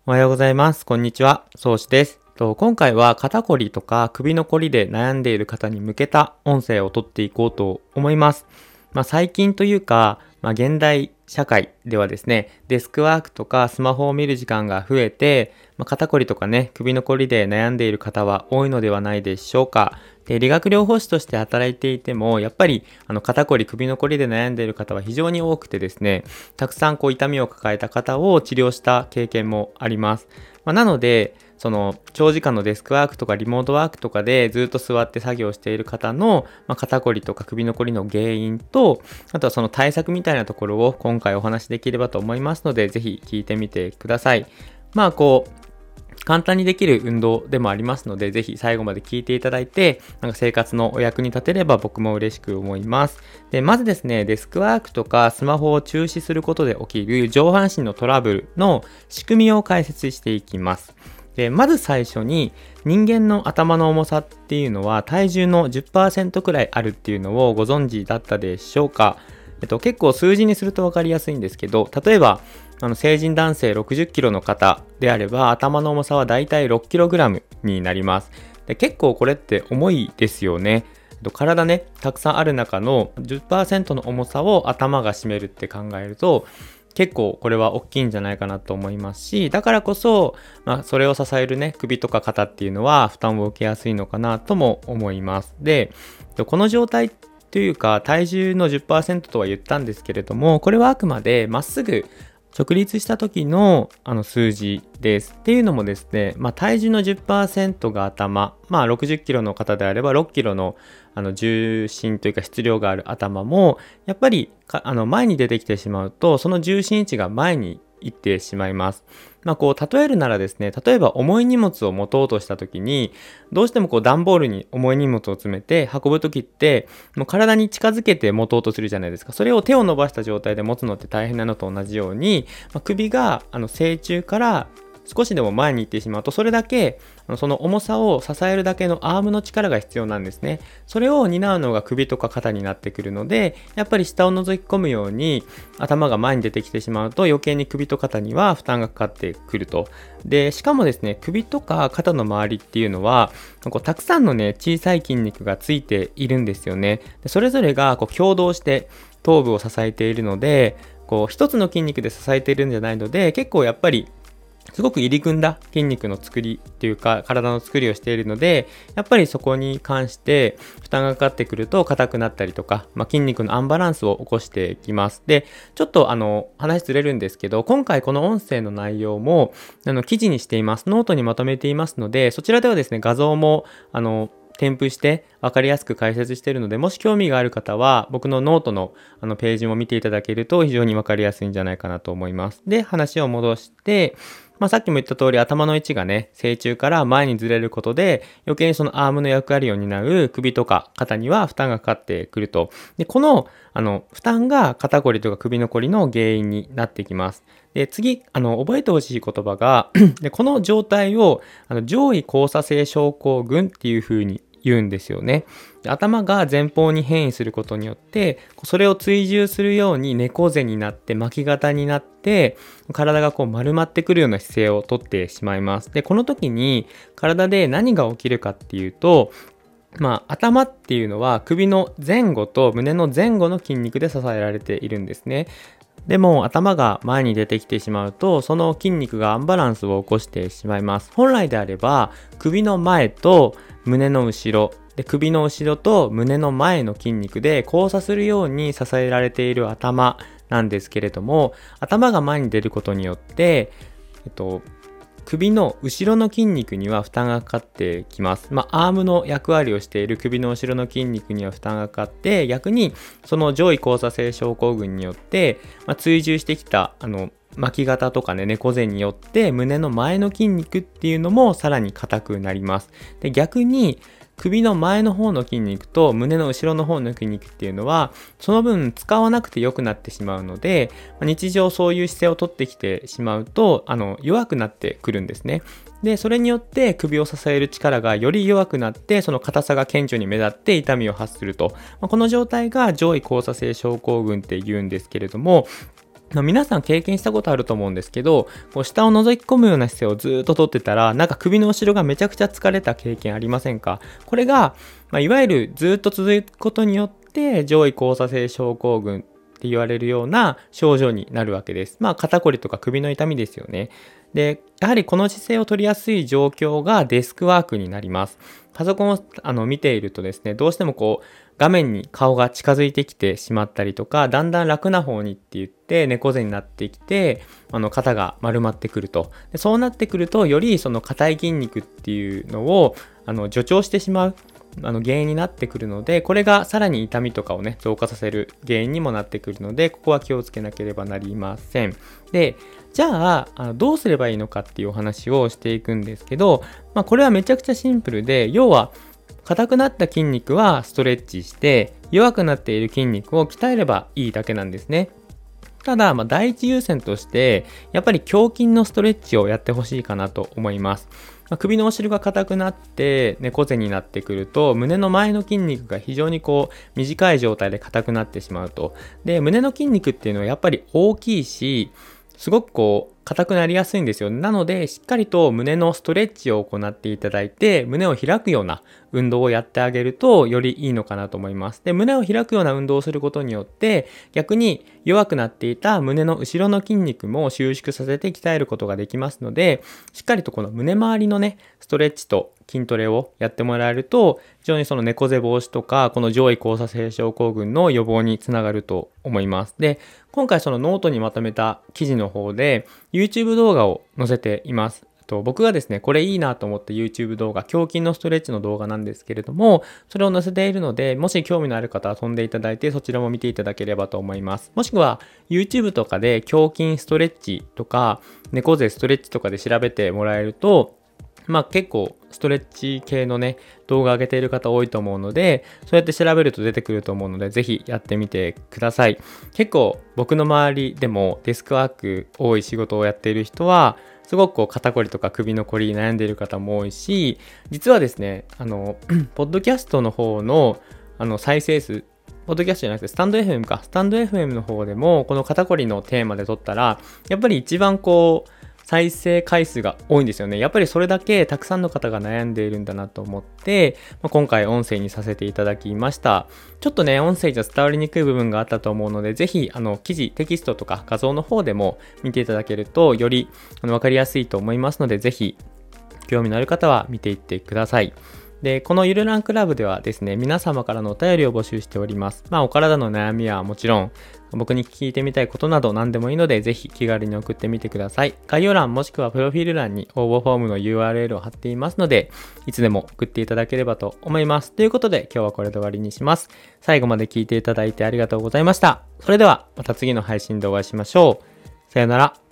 おはようございます。こんにちは。そうしです。今回は肩こりとか首のこりで悩んでいる方に向けた音声をとっていこうと思います。最近というか、現代社会ではですね、デスクワークとかスマホを見る時間が増えて、肩こりとかね、首のこりで悩んでいる方は多いのではないでしょうか。で、理学療法士として働いていても、やっぱり肩こり、首のこりで悩んでいる方は非常に多くてですね、たくさん痛みを抱えた方を治療した経験もあります。なので、長時間のデスクワークとかリモートワークとかでずっと座って作業している方の、肩こりとか首のこりの原因と、あとはその対策みたいなところを今回お話しできればと思いますので、ぜひ聞いてみてください。簡単にできる運動でもありますので、ぜひ最後まで聞いていただいて、生活のお役に立てれば僕も嬉しく思います。で、まずですね、デスクワークとかスマホを中止することで起きる上半身のトラブルの仕組みを解説していきます。で、まず最初に人間の頭の重さっていうのは体重の 10% くらいあるっていうのをご存知だったでしょうか。結構数字にすると分かりやすいんですけど、例えば成人男性60キロの方であれば頭の重さはだいたい6キログラムになります。で、結構これって重いですよね。体ね、たくさんある中の 10% の重さを頭が占めるって考えると、結構これは大きいんじゃないかなと思いますし、だからこそ、それを支えるね、首とか肩っていうのは負担を受けやすいのかなとも思います。で、この状態というか体重の 10% とは言ったんですけれども、これはあくまでまっすぐ直立した時の数字です。っていうのもですね、体重の 10% が頭、60キロの方であれば6キロの重心というか質量がある頭も、やっぱり前に出てきてしまうと、その重心位置が前に行ってしまいます。例えるならですね、例えば重い荷物を持とうとした時に、どうしても段ボールに重い荷物を詰めて運ぶ時って、もう体に近づけて持とうとするじゃないですか。それを手を伸ばした状態で持つのって大変なのと同じように、首が正中から少しでも前に行ってしまうと、それだけその重さを支えるだけのアームの力が必要なんですね。それを担うのが首とか肩になってくるので、やっぱり下を覗き込むように頭が前に出てきてしまうと、余計に首と肩には負担がかかってくると。で、しかもですね、首とか肩の周りっていうのはたくさんのね、小さい筋肉がついているんですよね。で、それぞれが共同して頭部を支えているので、一つの筋肉で支えているんじゃないので、結構やっぱりすごく入り組んだ筋肉の作りっていうか体の作りをしているので、やっぱりそこに関して負担がかかってくると硬くなったりとか、筋肉のアンバランスを起こしてきます。で、ちょっと話ずれるんですけど、今回この音声の内容も記事にしています。ノートにまとめていますので、そちらではですね、画像も添付して分かりやすく解説しているので、もし興味がある方は僕のノートのページも見ていただけると非常に分かりやすいんじゃないかなと思います。で、話を戻して、さっきも言った通り頭の位置がね、正中から前にずれることで余計にそのアームの役割を担う首とか肩には負担がかかってくると。で、この負担が肩こりとか首のこりの原因になってきます。で、次覚えてほしい言葉がで、この状態を上位交差性症候群っていう風に言うんですよね。頭が前方に変異することによって、それを追従するように猫背になって巻き肩になって、体が丸まってくるような姿勢をとってしまいます。で、この時に体で何が起きるかっていうと、頭っていうのは首の前後と胸の前後の筋肉で支えられているんですね。でも頭が前に出てきてしまうと、その筋肉がアンバランスを起こしてしまいます。本来であれば首の前と胸の後ろで、首の後ろと胸の前の筋肉で交差するように支えられている頭なんですけれども、頭が前に出ることによって、首の後ろの筋肉には負担がかかってきます。アームの役割をしている首の後ろの筋肉には負担がかかって、逆にその上位交差性症候群によって、追従してきた巻き肩とかね、猫背によって胸の前の筋肉っていうのもさらに硬くなります。で、逆に首の前の方の筋肉と胸の後ろの方の筋肉っていうのはその分使わなくて良くなってしまうので、日常そういう姿勢をとってきてしまうと弱くなってくるんですね。で、それによって首を支える力がより弱くなって、その硬さが顕著に目立って痛みを発すると、この状態が上位交差性症候群って言うんですけれども、 皆さん経験したことあると思うんですけど、こう下を覗き込むような姿勢をずっととってたら、なんか首の後ろがめちゃくちゃ疲れた経験ありませんか？これが、いわゆるずっと続くことによって、上位交差性症候群って言われるような症状になるわけです。肩こりとか首の痛みですよね。で、やはりこの姿勢を取りやすい状況がデスクワークになります。パソコンを見ているとですね、どうしてもこう画面に顔が近づいてきてしまったりとか、だんだん楽な方にって言って猫背になってきて、肩が丸まってくると。でそうなってくると、よりその硬い筋肉っていうのを助長してしまう原因になってくるので、これがさらに痛みとかをね増加させる原因にもなってくるので、ここは気をつけなければなりません。で、じゃあどうすればいいのかっていうお話をしていくんですけど、これはめちゃくちゃシンプルで、要は硬くなった筋肉はストレッチして、弱くなっている筋肉を鍛えればいいだけなんですね。ただ、第一優先として、やっぱり胸筋のストレッチをやってほしいかなと思います。首の後ろが硬くなって猫背になってくると、胸の前の筋肉が非常に短い状態で硬くなってしまうと。で、胸の筋肉っていうのはやっぱり大きいし、すごく硬くなりやすいんですよ。なので、しっかりと胸のストレッチを行っていただいて、胸を開くような運動をやってあげるとよりいいのかなと思います。で、胸を開くような運動をすることによって、逆に弱くなっていた胸の後ろの筋肉も収縮させて鍛えることができますので、しっかりとこの胸周りのね、ストレッチと筋トレをやってもらえると、非常にその猫背防止とか、この上位交差性症候群の予防につながると思います。で、今回そのノートにまとめた記事の方で YouTube 動画を載せています。僕がですね、これいいなと思った YouTube 動画、胸筋のストレッチの動画なんですけれども、それを載せているので、もし興味のある方は飛んでいただいて、そちらも見ていただければと思います。もしくは YouTube とかで胸筋ストレッチとか、猫背ストレッチとかで調べてもらえると、結構ストレッチ系のね動画上げている方多いと思うので、そうやって調べると出てくると思うので、ぜひやってみてください。結構僕の周りでもデスクワーク多い仕事をやっている人は、すごく肩こりとか首のこり悩んでいる方も多いし、実はですね、ポッドキャストの方の再生数、ポッドキャストじゃなくてスタンド FM か、スタンド FM の方でもこの肩こりのテーマで撮ったら、やっぱり一番再生回数が多いんですよね。やっぱりそれだけたくさんの方が悩んでいるんだなと思って、今回音声にさせていただきました。ちょっとね、音声じゃ伝わりにくい部分があったと思うので、ぜひ記事、テキストとか画像の方でも見ていただけるとよりわかりやすいと思いますので、ぜひ興味のある方は見ていってください。で、このゆるランクラブではですね、皆様からのお便りを募集しております。お体の悩みはもちろん、僕に聞いてみたいことなど何でもいいので、ぜひ気軽に送ってみてください。概要欄もしくはプロフィール欄に応募フォームの URL を貼っていますので、いつでも送っていただければと思います。ということで、今日はこれで終わりにします。最後まで聞いていただいてありがとうございました。それでは、また次の配信でお会いしましょう。さよなら。